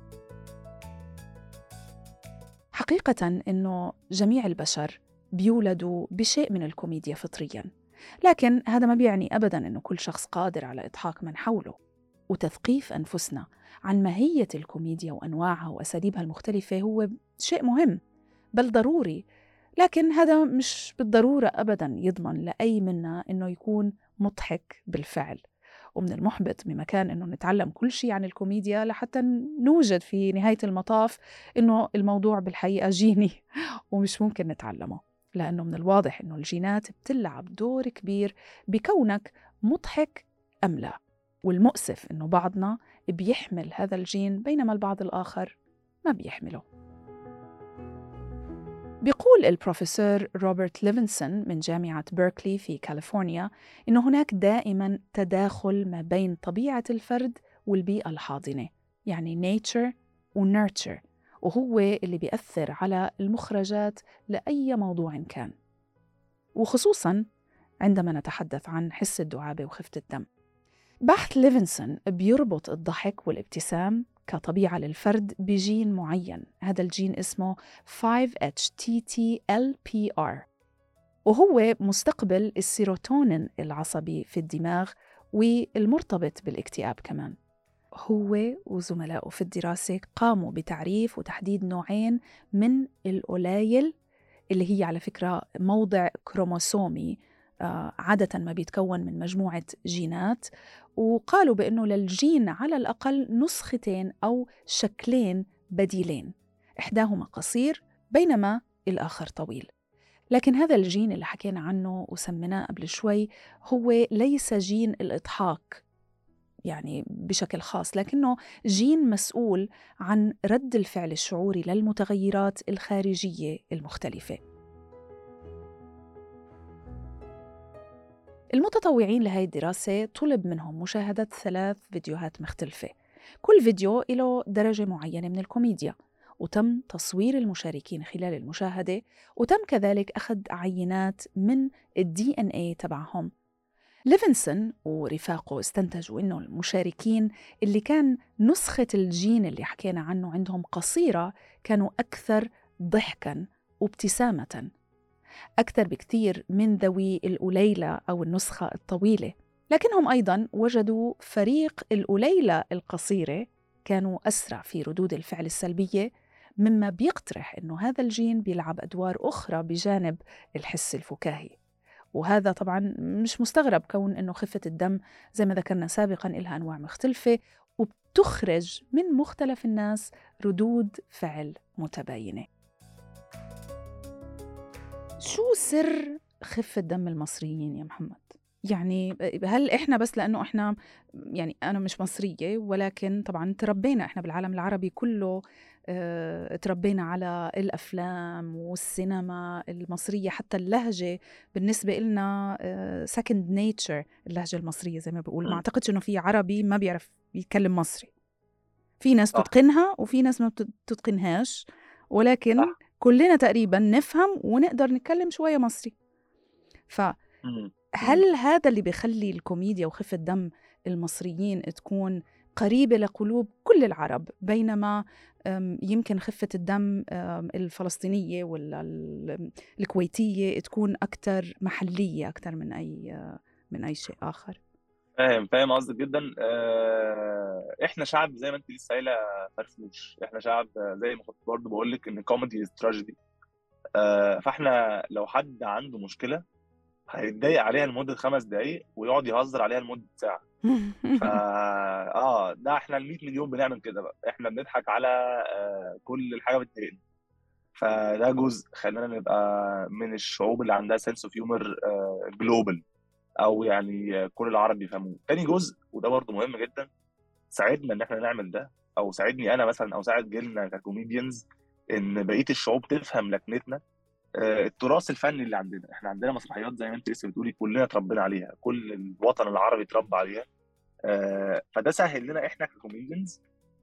حقيقة إنه جميع البشر بيولدوا بشيء من الكوميديا فطرياً، لكن هذا ما بيعني أبداً إنه كل شخص قادر على إضحاك من حوله. وتثقيف أنفسنا عن ماهية الكوميديا وأنواعها وأساليبها المختلفة هو شيء مهم، بل ضروري. لكن هذا مش بالضرورة أبداً يضمن لأي منا إنه يكون مضحك بالفعل. ومن المحبط بمكان إنه نتعلم كل شيء عن الكوميديا لحتى نوجد في نهاية المطاف إنه الموضوع بالحقيقة جيني ومش ممكن نتعلمه، لأنه من الواضح إنه الجينات بتلعب دور كبير بكونك مضحك أم لا. والمؤسف إنه بعضنا بيحمل هذا الجين بينما البعض الآخر ما بيحمله. بيقول البروفيسور روبرت ليفنسون من جامعة بيركلي في كاليفورنيا إنه هناك دائماً تداخل ما بين طبيعة الفرد والبيئة الحاضنة، يعني nature و nurture، وهو اللي بيأثر على المخرجات لأي موضوع كان، وخصوصاً عندما نتحدث عن حس الدعابة وخفة الدم. بحث ليفنسون بيربط الضحك والابتسام كطبيعة للفرد بجين معين، هذا الجين اسمه فايف إتش تي تي إل بي آر، وهو مستقبل السيروتونين العصبي في الدماغ والمرتبط بالاكتئاب كمان. هو وزملائه في الدراسة قاموا بتعريف وتحديد نوعين من القلايل، اللي هي على فكرة موضع كروموسومي آه عادة ما بيتكون من مجموعة جينات، وقالوا بأنه للجين على الأقل نسختين أو شكلين بديلين، إحداهما قصير بينما الآخر طويل. لكن هذا الجين اللي حكينا عنه وسميناه قبل شوي هو ليس جين الإضحاك يعني بشكل خاص، لكنه جين مسؤول عن رد الفعل الشعوري للمتغيرات الخارجية المختلفة. المتطوعين لهذه الدراسة طلب منهم مشاهدة ثلاث فيديوهات مختلفة، كل فيديو له درجة معينة من الكوميديا، وتم تصوير المشاركين خلال المشاهدة، وتم كذلك أخذ عينات من الدي إن إيه تبعهم. ليفنسون ورفاقه استنتجوا إنه المشاركين اللي كان نسخة الجين اللي حكينا عنه عندهم قصيرة كانوا أكثر ضحكاً وابتسامة، أكثر بكثير من ذوي القليلة أو النسخة الطويلة، لكنهم أيضاً وجدوا فريق القليلة القصيرة كانوا أسرع في ردود الفعل السلبية، مما بيقترح أنه هذا الجين بيلعب أدوار أخرى بجانب الحس الفكاهي. وهذا طبعاً مش مستغرب، كون أنه خفة الدم زي ما ذكرنا سابقاً إلها أنواع مختلفة وبتخرج من مختلف الناس ردود فعل متباينة. شو سر خفة دم المصريين يا محمد؟ يعني هل إحنا بس لأنه إحنا يعني أنا مش مصرية، ولكن طبعاً تربينا إحنا بالعالم العربي كله، اه تربينا على الأفلام والسينما المصرية، حتى اللهجة بالنسبة لنا اه second nature، اللهجة المصرية زي ما بقول. ما أعتقدش إنه في عربي ما بيعرف يتكلم مصري، في ناس صح. تتقنها وفي ناس ما بتتقنهاش، ولكن صح. كلنا تقريباً نفهم ونقدر نتكلم شوية مصري. فهل هذا اللي بيخلي الكوميديا وخفة دم المصريين تكون قريبة لقلوب كل العرب، بينما يمكن خفة الدم الفلسطينية ولا الكويتية تكون أكثر محلية أكثر من أي من أي شيء آخر؟ فاهم فاهم قصدك جدا. آه، احنا شعب زي ما انت لسه قايله فرفوش، احنا شعب زي ما كنت برضه بقول لك ان كوميدي از تراجيدي. فاحنا لو حد عنده مشكله هيتضايق عليها لمده خمس دقائق ويقعد يهزر عليها لمده ساعه. فا اه ده احنا ال مية مليون بنعمل كده بقى، احنا بنضحك على آه كل الحاجه بتضايقنا. فده جزء خلينا نبقى من الشعوب اللي عندها سنس اوف هيومر جلوبال، او يعني كل العرب بيفهموه. تاني جزء وده برضه مهم جدا، ساعدنا ان احنا نعمل ده، او ساعدني انا مثلا او ساعد جيلنا ككوميديانز ان بقيه الشعوب تفهم لكنتنا. آه التراث الفني اللي عندنا، احنا عندنا مسرحيات زي ما انت لسه بتقولي كلنا اتربينا عليها، كل الوطن العربي اتربى عليها. آه فده سهل لنا احنا ككوميديانز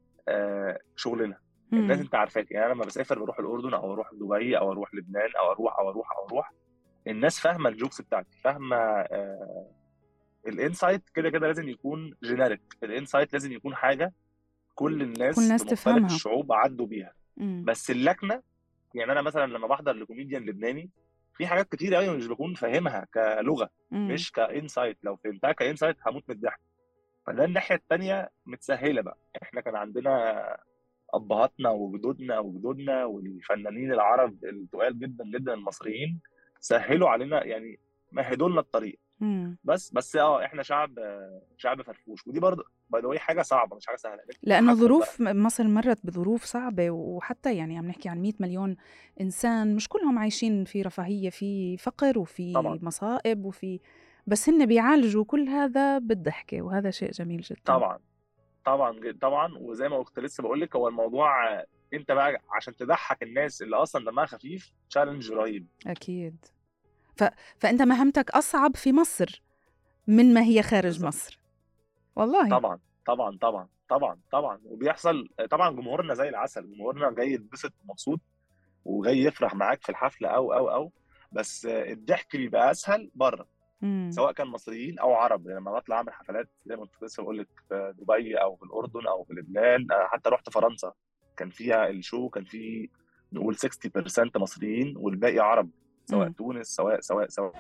آه شغلنا. الناس انت عارفاك، يعني انا لما بسافر بروح الاردن او اروح دبي او اروح لبنان او اروح او اروح او اروح الناس فاهمه الجوكس بتاعتي، فاهمه. آه الانسايت كده كده لازم يكون جينيريك، الانسايت لازم يكون حاجه كل كل الناس الناس بمختلف تفهمها. الشعوب عدوا بيها. مم. بس اللكنه، يعني انا مثلا لما بحضر لكوميديان لبناني في حاجات كتير قوي مش بكون فاهمها كلغه، مم. مش كانسايت. لو فهمتها كانسايت هموت من الضحك. فده الناحيه الثانيه متسهله بقى. احنا كان عندنا ابهاتنا وجدودنا وجدودنا والفنانين العرب التقال جدا جدا المصريين سهلوا علينا، يعني مهدوا لنا الطريق. مم. بس بس اه احنا شعب شعب فرفوش، ودي برضه باي ذا واي حاجه صعبه مش حاجه سهله. لأنه ظروف مصر مرت بظروف صعبة، وحتى يعني عم نحكي عن مئة مليون إنسان مش كلهم عايشين في رفاهية، في فقر وفي طبعا. مصائب وفي، بس هن بيعالجوا كل هذا بالضحكة، وهذا شيء جميل جدا. طبعا طبعا طبعا. وزي ما كنت لسه بقول لك، هو الموضوع انت بقى عشان تضحك الناس اللي اصلا دمها خفيف تشالنج رهيب. اكيد. ف... فانت مهمتك اصعب في مصر من ما هي خارج بالزبط. مصر. والله طبعا طبعا طبعا طبعا طبعا. وبيحصل طبعا، جمهورنا زي العسل، جمهورنا جاي يتبسط ومبسوط وجاي يفرح معاك في الحفله او او او بس الضحك بيبقى اسهل بره، سواء كان مصريين او عرب. لما يعني بطلع اعمل حفلات زي ما كنت لسه بقول لك في دبي او في الاردن او في لبنان، حتى رحت فرنسا كان فيها الشو كان فيه نقول ستين بالمية مصريين والباقي عرب، سواء مم. تونس سواء سواء سواء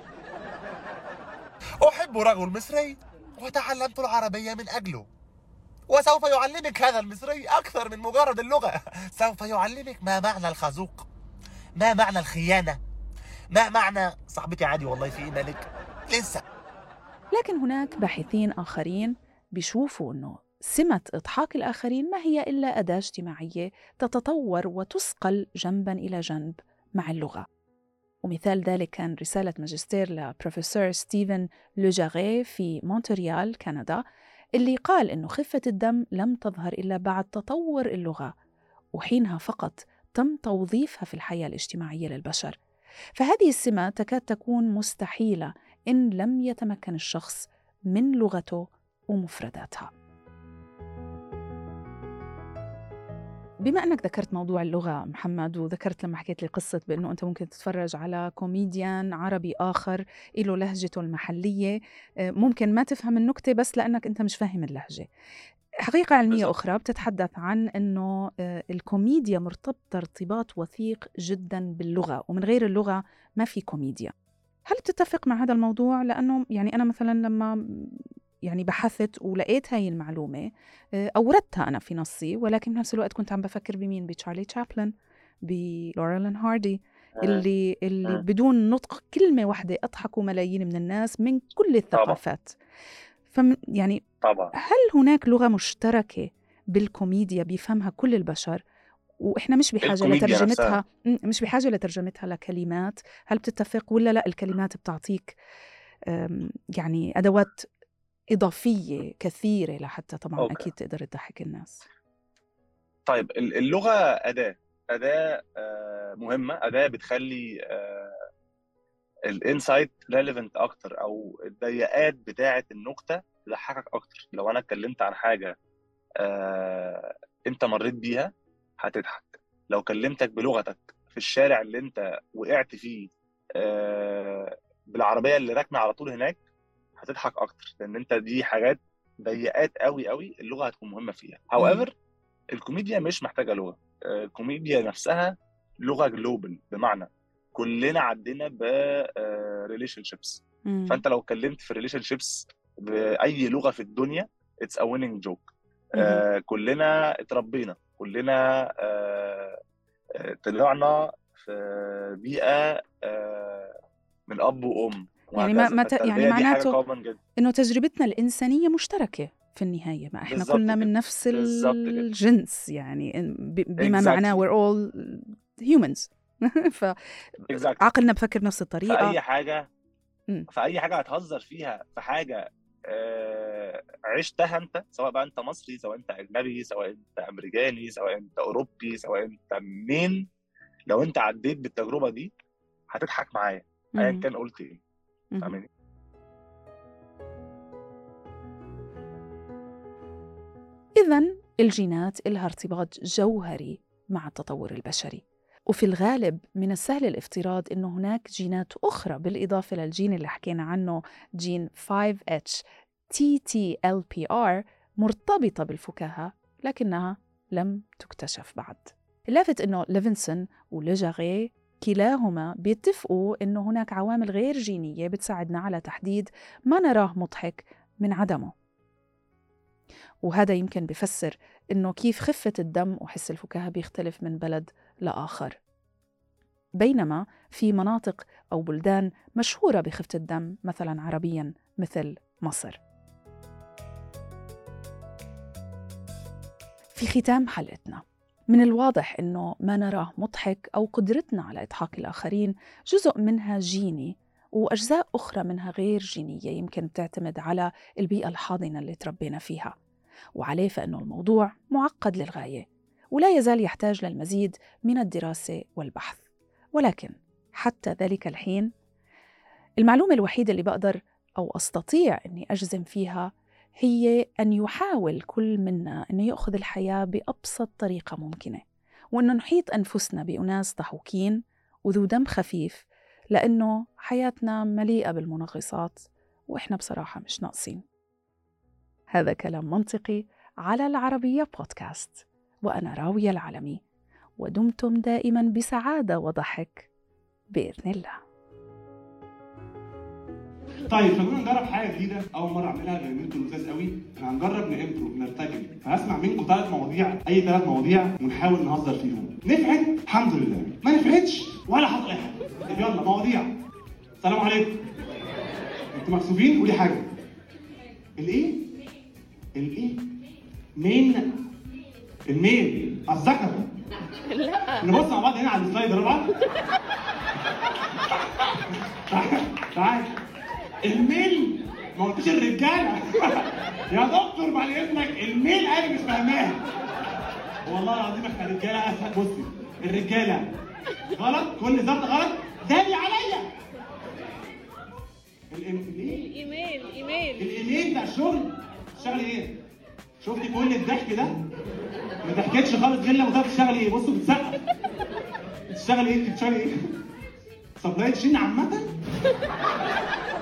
احب رجل مصري وتعلمت العربيه من اجله، وسوف يعلمك هذا المصري اكثر من مجرد اللغه. سوف يعلمك ما معنى الخازوق، ما معنى الخيانه، ما معنى صاحبتي عادي والله في مالك لسه. لكن هناك باحثين آخرين بيشوفوا أنه سمة إضحاك الآخرين ما هي إلا أداة اجتماعية تتطور وتسقل جنباً إلى جنب مع اللغة. ومثال ذلك كان رسالة ماجستير لبروفيسور ستيفن لوجاغي في مونتريال كندا، اللي قال أنه خفة الدم لم تظهر إلا بعد تطور اللغة، وحينها فقط تم توظيفها في الحياة الاجتماعية للبشر. فهذه السمة تكاد تكون مستحيلة إن لم يتمكن الشخص من لغته ومفرداتها. بما أنك ذكرت موضوع اللغة محمد، وذكرت لما حكيت لي قصة بأنه أنت ممكن تتفرج على كوميديان عربي آخر إله لهجته المحلية، ممكن ما تفهم النكتة بس لأنك أنت مش فاهم اللهجة. حقيقة علمية بالظبط. أخرى بتتحدث عن أنه آه، الكوميديا مرتبطة ارتباط وثيق جدا باللغة، ومن غير اللغة ما في كوميديا. هل تتفق مع هذا الموضوع؟ لأنه يعني أنا مثلا لما يعني بحثت ولقيت هاي المعلومة آه، أوردتها أنا في نصي، ولكن بنفس الوقت كنت عم بفكر بمين؟ بتشارلي تشابلن، بلوريل هاردي، اللي اللي مم. بدون نطق كلمة واحدة أضحكوا ملايين من الناس من كل الثقافات. فم يعني طبعا هل هناك لغة مشتركة بالكوميديا بيفهمها كل البشر وإحنا مش بحاجة الكوميديا لترجمتها نفسها. م- مش بحاجة لترجمتها لكلمات؟ هل بتتفق ولا لا الكلمات بتعطيك أم، يعني أدوات إضافية كثيرة لحتى طبعا اوكي أكيد تقدر تضحك الناس؟ طيب ال- اللغه اداه اداه آه، مهمه، اداه بتخلي الانسايت ريليفنت اكتر، او الضيقات بتاعه النكته تضحكك اكتر. لو انا اتكلمت عن حاجه آه، انت مريت بيها هتضحك. لو كلمتك بلغتك في الشارع اللي انت وقعت فيه آه، بالعربيه اللي راكنه على طول هناك، هتضحك اكتر، لان انت دي حاجات ضيقات قوي قوي اللغه هتكون مهمه فيها. مم. however الكوميديا مش محتاجه لغه. آه، الكوميديا نفسها لغه جلوبال، بمعنى كلنا عدينا ب ريليشن شيبس. مم. فانت لو اتكلمت في ريليشن شيبس باي لغه في الدنيا اتس ا ويننج جوك. مم. كلنا اتربينا، كلنا آه، آه، طلعنا في بيئه آه، من اب وام يعني ما وهكذا. ما ت- يعني فالتربيه دي حاجه معناته كومن جدا. إنه تجربتنا الإنسانية مشتركة في النهاية، ما إحنا بالظبط كلنا من كده، نفس بالظبط كده، الجنس، يعني ب- بما معناه exactly we're all humans. exactly. فعقلنا بفكر نفس الطريقة. فاي حاجه م. فاي حاجه هتهزر فيها في حاجه آه، عشتها انت، سواء بقى انت مصري، سواء انت اجنبي، سواء انت امريكاني، سواء انت اوروبي، سواء انت منين، لو انت عديت بالتجربه دي هتضحك معايا ايا مم. كان قلت ايه. مم. فاهمني؟ إذن الجينات إلها ارتباط جوهري مع التطور البشري، وفي الغالب من السهل الافتراض إنه هناك جينات أخرى بالإضافة للجين اللي حكينا عنه، جين خمسة إتش تي تي إل بي آر، مرتبطة بالفكاهة لكنها لم تكتشف بعد. اللافت إنه ليفنسون وليجاغي كلاهما بيتفقوا إنه هناك عوامل غير جينية بتساعدنا على تحديد ما نراه مضحك من عدمه، وهذا يمكن بفسر إنه كيف خفة الدم وحس الفكاهة بيختلف من بلد لآخر، بينما في مناطق أو بلدان مشهورة بخفة الدم مثلاً عربياً مثل مصر. في ختام حلقتنا، من الواضح إنه ما نراه مضحك أو قدرتنا على إضحاك الآخرين جزء منها جيني، وأجزاء أخرى منها غير جينية يمكن تعتمد على البيئة الحاضنة اللي تربينا فيها، وعليه فإنه الموضوع معقد للغاية ولا يزال يحتاج للمزيد من الدراسة والبحث. ولكن حتى ذلك الحين المعلومة الوحيدة اللي بقدر أو أستطيع أني أجزم فيها هي أن يحاول كل منا أنه يأخذ الحياة بأبسط طريقة ممكنة، وأنه نحيط أنفسنا بأناس ضحوكين وذو دم خفيف، لأنه حياتنا مليئة بالمنغصات وإحنا بصراحة مش ناقصين. هذا كلام منطقي على العربية بودكاست، وأنا راوية العلمي، ودمتم دائما بسعادة وضحك بإذن الله. طيب خلونا نجرب حاجه جديده اول مره اعملها لان انتوا لذاذ قوي. احنا هنجرب نامبرو نرتجل، فهسمع منكم ثلاث مواضيع، اي ثلاث مواضيع ونحاول نهزر فيهم. نفعت الحمد لله، ما نفعتش ولا حصل اي حاجه. طب يلا مواضيع. السلام عليكم. انتوا مكسوفين؟ قولي حاجه. الايه؟ الايه؟ مين؟ المين الذكر. لا نبص مع بعض هنا على السلايد الرابعه. تعال الميل، ما قلتش الرجاله. يا دكتور بعد اذنك الميل انا مش فاهماها والله العظيم. احنا رجاله. بصي الرجاله غلط، كل ظبط غلط، داري عليا. الايميل الايميل الايميل بتاع الشغل. تشتغلي ايه؟ شفتي كل الضحك ده؟ ما ضحكتش خالص غير لما تعرفي تشتغلي ايه. بصوا بتسقف. بتشتغلي ايه؟ بتشتغلي ايه؟ سبلاي تشين عامه.